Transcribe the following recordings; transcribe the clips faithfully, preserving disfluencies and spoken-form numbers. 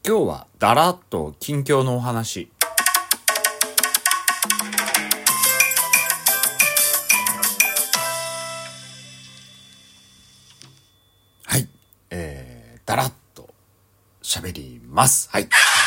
今日はだらっと近況のお話。はい、えー、だらっと喋ります。はい。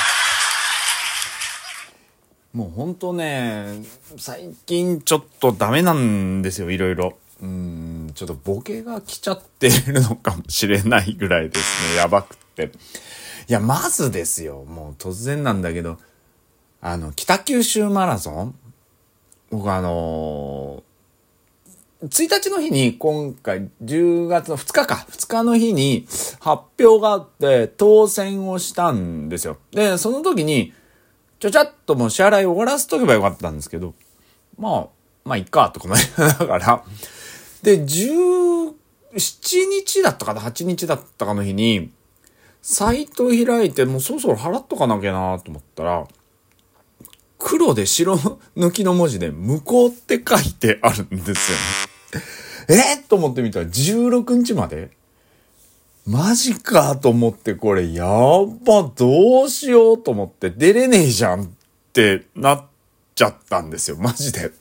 もうほんとね、最近ちょっとダメなんですよ、いろいろ。うーん、ちょっとボケが来ちゃってるのかもしれないぐらいですね、やばくって。いや、まずですよ、もう突然なんだけど、あの、北九州マラソン僕あのー、ついたちの日に今回じゅうがつのふつかか、ふつかの日に発表があって当選をしたんですよ。で、その時に、ちょちゃっともう支払い終わらせとけばよかったんですけど、まあ、まあいっか、とかもだから、で、じゅうしちにちだったかな、はちにちだったかの日に、サイト開いて、もうそろそろ払っとかなきゃなと思ったら、黒で白抜きの文字で無効って書いてあるんですよね。えー、と思ってみたらじゅうろくにちまでマジかと思って、これやば、どうしようと思って出れねえじゃんってなっちゃったんですよ、マジで。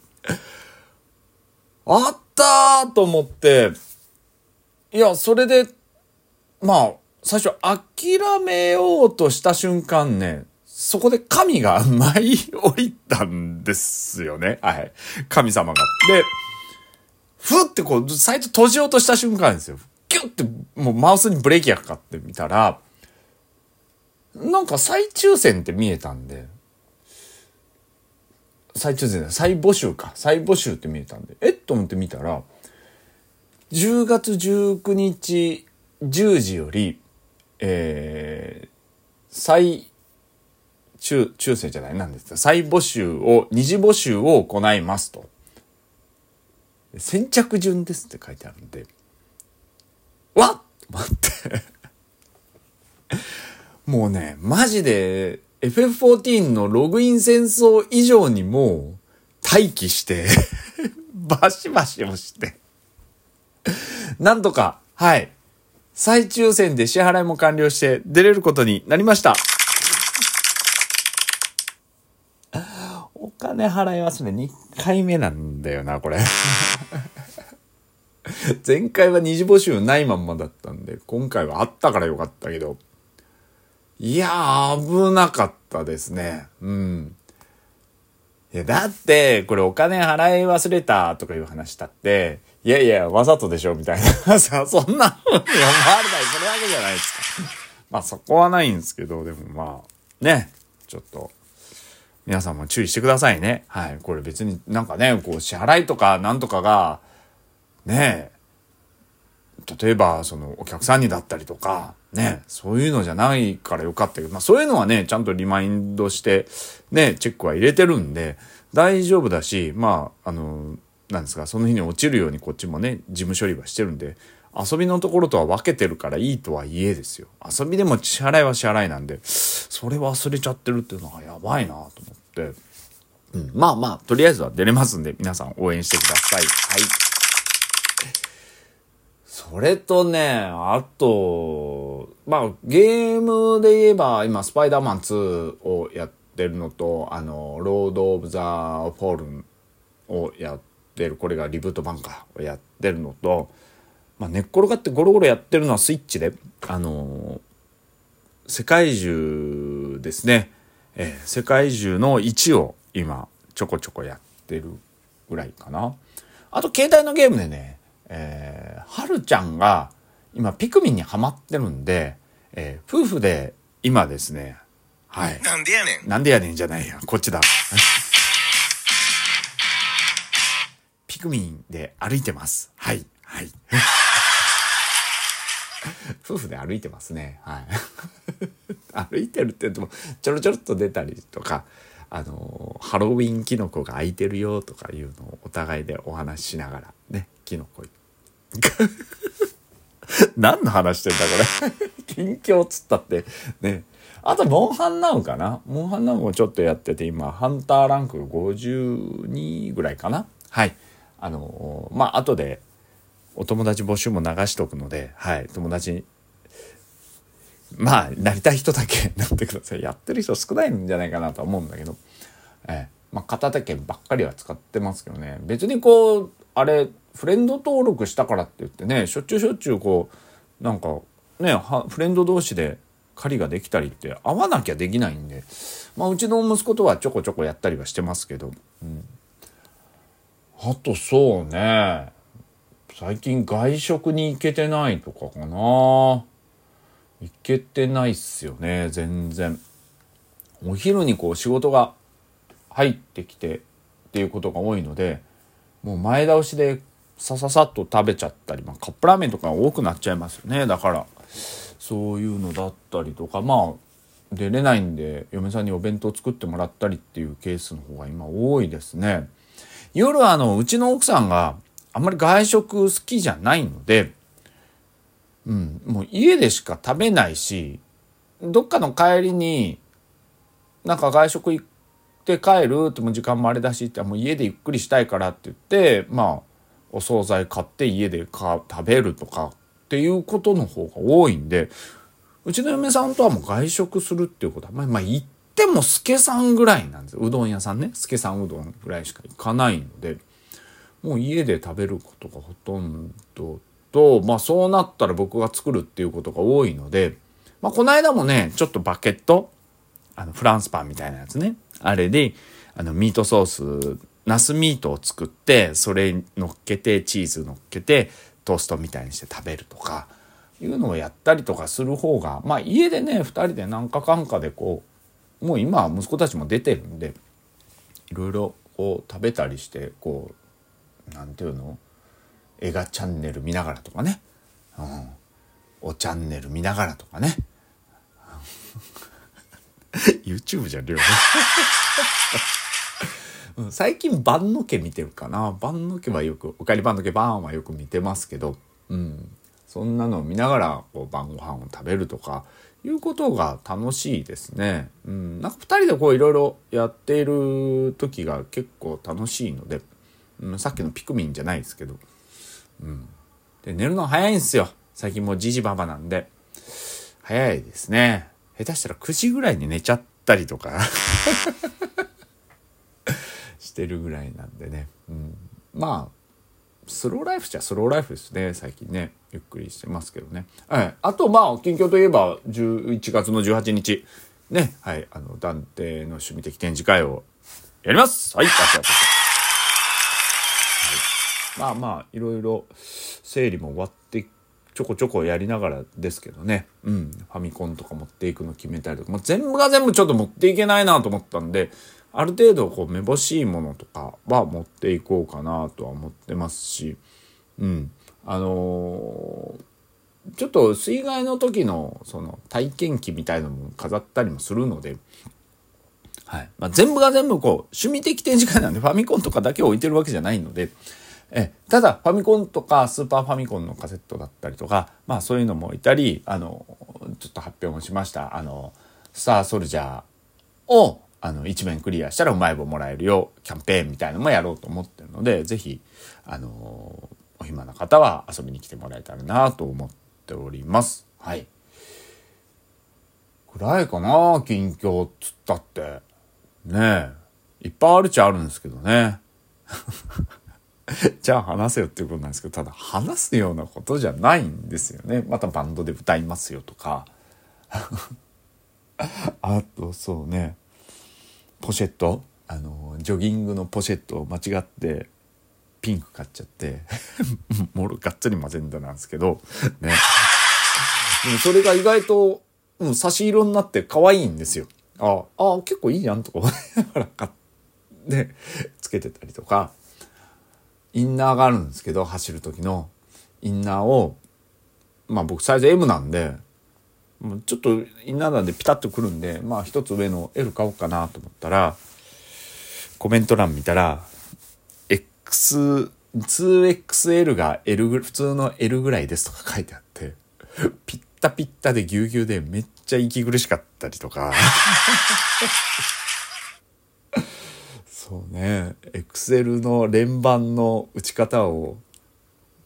あったーと思って、いや、それで、まあ、最初諦めようとした瞬間ね、そこで神が舞い降りたんですよね。はい。神様が。で、ふってこう、サイト閉じようとした瞬間ですよ。キュッて、もうマウスにブレーキがかかってみたら、なんか再抽選って見えたんで、再抽選だ、再募集か。再募集って見えたんで、えっと思って見たら、じゅうがつじゅうくにちじゅうじより、えー、再抽、抽選じゃない、なんですか、再募集を、二次募集を行いますと。先着順ですって書いてあるんで、わっ待ってもうね、マジで エフエフフォーティーン のログイン戦争以上にもう待機してバシバシをしてなんとか、はい、再抽選で支払いも完了して出れることになりました。お金払い忘れにかいめなんだよな、これ前回は二次募集ないまんまだったんで、今回はあったからよかったけど、いやー、危なかったですね。うん。いや、だって、これお金払い忘れたとかいう話だって、いやいや、わざとでしょみたいなさ、そんな風に思われない、それわけじゃないですか。まあそこはないんですけど、でもまあ、ね、ちょっと、皆さんも注意してくださいね。はい。これ別になんかね、こう支払いとかなんとかが、ねえ、例えばそのお客さんにだったりとか、ね、そういうのじゃないからよかったけど、まあそういうのはね、ちゃんとリマインドして、ね、チェックは入れてるんで、大丈夫だし、まあ、あの、なんですか、その日に落ちるようにこっちもね、事務処理はしてるんで、遊びのところとは分けてるからいいとはいえですよ。遊びでも支払いは支払いなんで、それ忘れちゃってるっていうのはやばいなと思って、うん、まあまあ、とりあえずは出れますんで、皆さん応援してください。はい。それとね、あと、まあ、ゲームで言えば、今、スパイダーマンツーをやってるのと、あの、ロード・オブ・ザ・フォールンをやってる、これがリブート版か、をやってるのと、まあ、寝っ転がってゴロゴロやってるのはスイッチで、あの、世界中ですね、えー、世界中のいちを今、ちょこちょこやってるぐらいかな。あと、携帯のゲームでね、えー、はるちゃんが今ピクミンにハマってるんで、えー、夫婦で今ですね、はい。 なんでやねん。 なんでやねんじゃないや、こっちだ。ピクミンで歩いてます。はい、はい。夫婦で歩いてますね。はい。歩いてるって言っても、ちょろちょろっと出たりとか、あのー、ハロウィンキノコが空いてるよとかいうのをお互いでお話ししながらね、キノコ何の話してんだこれ近況つったってね。あとモンハンナウかな、モンハンナウもちょっとやってて、今ハンターランクごじゅうにぐらいかな。はい、あのー、まあ後でお友達募集も流しとくので、はい、友達まあなりたい人だけなってください。やってる人少ないんじゃないかなとは思うんだけど、ええ、まあ片手剣ばっかりは使ってますけどね。別にこうあれフレンド登録したからって言ってね、しょっちゅうしょっちゅうこうなんかねはフレンド同士で狩りができたりって会わなきゃできないんで、まあうちの息子とはちょこちょこやったりはしてますけど、うん、あとそうね、最近外食に行けてないとかかな。行けてないっすよね、全然。お昼にこう仕事が入ってきてっていうことが多いので、もう前倒しでさささっと食べちゃったり、まあ、カップラーメンとか多くなっちゃいますよね。だからそういうのだったりとか、まあ出れないんで嫁さんにお弁当作ってもらったりっていうケースの方が今多いですね。夜はあのうちの奥さんがあんまり外食好きじゃないので、うん、もう家でしか食べないし、どっかの帰りになんか外食行って帰るっても時間もあれだしって、もう家でゆっくりしたいからって言って、まあお惣菜買って家でか食べるとかっていうことの方が多いんで、うちの嫁さんとはもう外食するっていうことは、まあ、まあ行っても助さんぐらいなんですよ。うどん屋さんね、助さんうどんぐらいしか行かないので、もう家で食べることがほとんどと、まあそうなったら僕が作るっていうことが多いので、まあこの間もね、ちょっとバケット、あのフランスパンみたいなやつね、あれであのミートソース、ナスミートを作って、それ乗っけてチーズ乗っけてトーストみたいにして食べるとかいうのをやったりとかする方が、まあ家でねふたりで何かかんかでこう、もう今息子たちも出てるんで、いろいろこう食べたりして、こうなんていうの、映画チャンネル見ながらとかね、うん、おチャンネル見ながらとかねYouTube じゃん両方最近番の家見てるかな。番の家はよく、おかえり番の家バーンはよく見てますけど、うん、そんなのを見ながらこう晩ご飯を食べるとかいうことが楽しいですね。うん、なんかふたりでこういろいろやっている時が結構楽しいので、うん、さっきのピクミンじゃないですけど、うん、で寝るの早いんですよ。最近もうじじばばなんで早いですね。下手したらくじぐらいに寝ちゃったりとかしてるぐらいなんでね、うん、まあスローライフじゃスローライフですね。最近ねゆっくりしてますけどね、はい、あとまあ近況といえばじゅういちがつのじゅうはちにちね、はい、あのダンテの趣味的展示会をやります。はい、まあまあいろいろ整理も終わってちょこちょこやりながらですけどね、うん、ファミコンとか持っていくの決めたりとか、まあ、全部が全部ちょっと持っていけないなと思ったんで、ある程度こうめぼしいものとかは持っていこうかなとは思ってますし、うん、あのー、ちょっと水害の時のその体験記みたいなのも飾ったりもするので、はい、まあ、全部が全部こう趣味的展示会なんでファミコンとかだけ置いてるわけじゃないので、えただファミコンとかスーパーファミコンのカセットだったりとか、まあそういうのも置いたり、あのちょっと発表もしましたあのスターソルジャーをあのいちめんクリアしたらうまい棒もらえるよキャンペーンみたいなのもやろうと思ってるので、ぜひあのお暇な方は遊びに来てもらえたらなと思っております。はい。くらいかな、近況っつったってねえ、いっぱいあるっちゃあるんですけどねじゃあ話せよっていうことなんですけど、ただ話すようなことじゃないんですよね。またバンドで歌いますよとかあとそうね、ポシェット、あのジョギングのポシェットを間違ってピンク買っちゃってもろがっつり混ぜんだなんですけどねでもそれが意外と、うん、差し色になって可愛いんですよ。ああ結構いいじゃんとか思いながら買ってつけてたりとか、インナーがあるんですけど、走る時のインナーを、まあ僕サイズ エム なんで、ちょっとインナーなんでピタッとくるんで、まあ一つ上の エル 買おうかなと思ったら、コメント欄見たら X、ツーエックスエル が L ぐ、普通の L ぐらいですとか書いてあって、ピッタピッタでギュウギュウでめっちゃ息苦しかったりとかそうね、エクセル の連番の打ち方を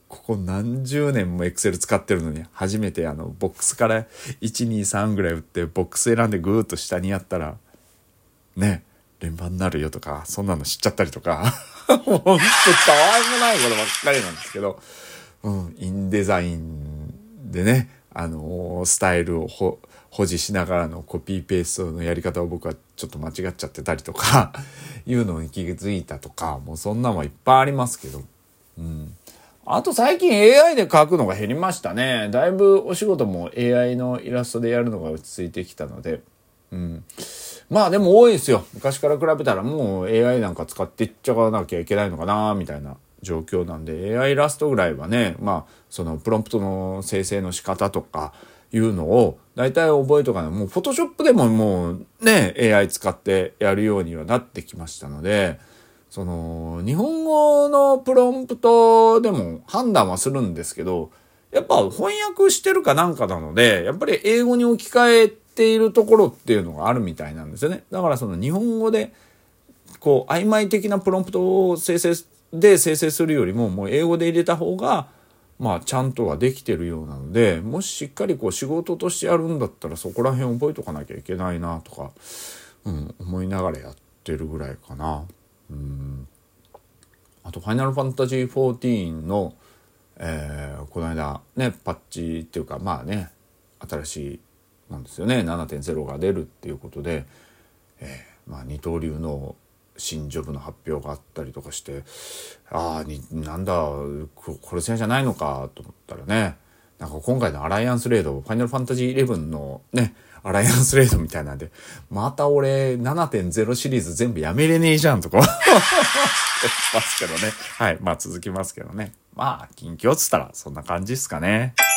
ここ何十年もエクセル使ってるのに、初めてあのボックスからいちにさんぐらい打ってボックス選んでぐーっと下にやったらね、連番になるよとか、そんなの知っちゃったりとかほんとたわいもないことばっかりなんですけど、うん、インデザインでね、あのー、スタイルをほ保持しながらのコピーペーストのやり方を僕はちょっと間違っちゃってたりとかいうのに気づいたとか、もうそんなもんいっぱいありますけど、うん。あと最近 エーアイ で描くのが減りましたね。だいぶお仕事も エーアイ のイラストでやるのが落ち着いてきたので、うん。まあでも多いですよ。昔から比べたらもう エーアイ なんか使っていっちゃわなきゃいけないのかなみたいな状況なんで、エーアイ イラストぐらいはね、まあそのプロンプトの生成の仕方とかいうのを大体覚えとかない。もう Photoshop でももうね エーアイ 使ってやるようにはなってきましたので、その日本語のプロンプトでも判断はするんですけど、やっぱ翻訳してるかなんかなので、やっぱり英語に置き換えているところっていうのがあるみたいなんですよね。だからその日本語でこう曖昧的なプロンプトを生成で生成するよりももう英語で入れた方がまあちゃんとはできてるようなので、もししっかりこう仕事としてやるんだったらそこら辺覚えとかなきゃいけないなとか、うん、思いながらやってるぐらいかな。うん、あとファイナルファンタジーじゅうよんの、えー、この間ねパッチっていうかまあね新しいなんですよね ななてんゼロ が出るっていうことで、えー、まあ二刀流の新ジョブの発表があったりとかして、ああなんだこれじゃないのかと思ったらね、なんか今回のアライアンスレードファイナルファンタジーじゅういちのねアライアンスレードみたいなんで、また俺 ななてんゼロ シリーズ全部やめれねえじゃんとかますけどね。はい、まあ続きますけどね。まあ近況っつったらそんな感じですかね。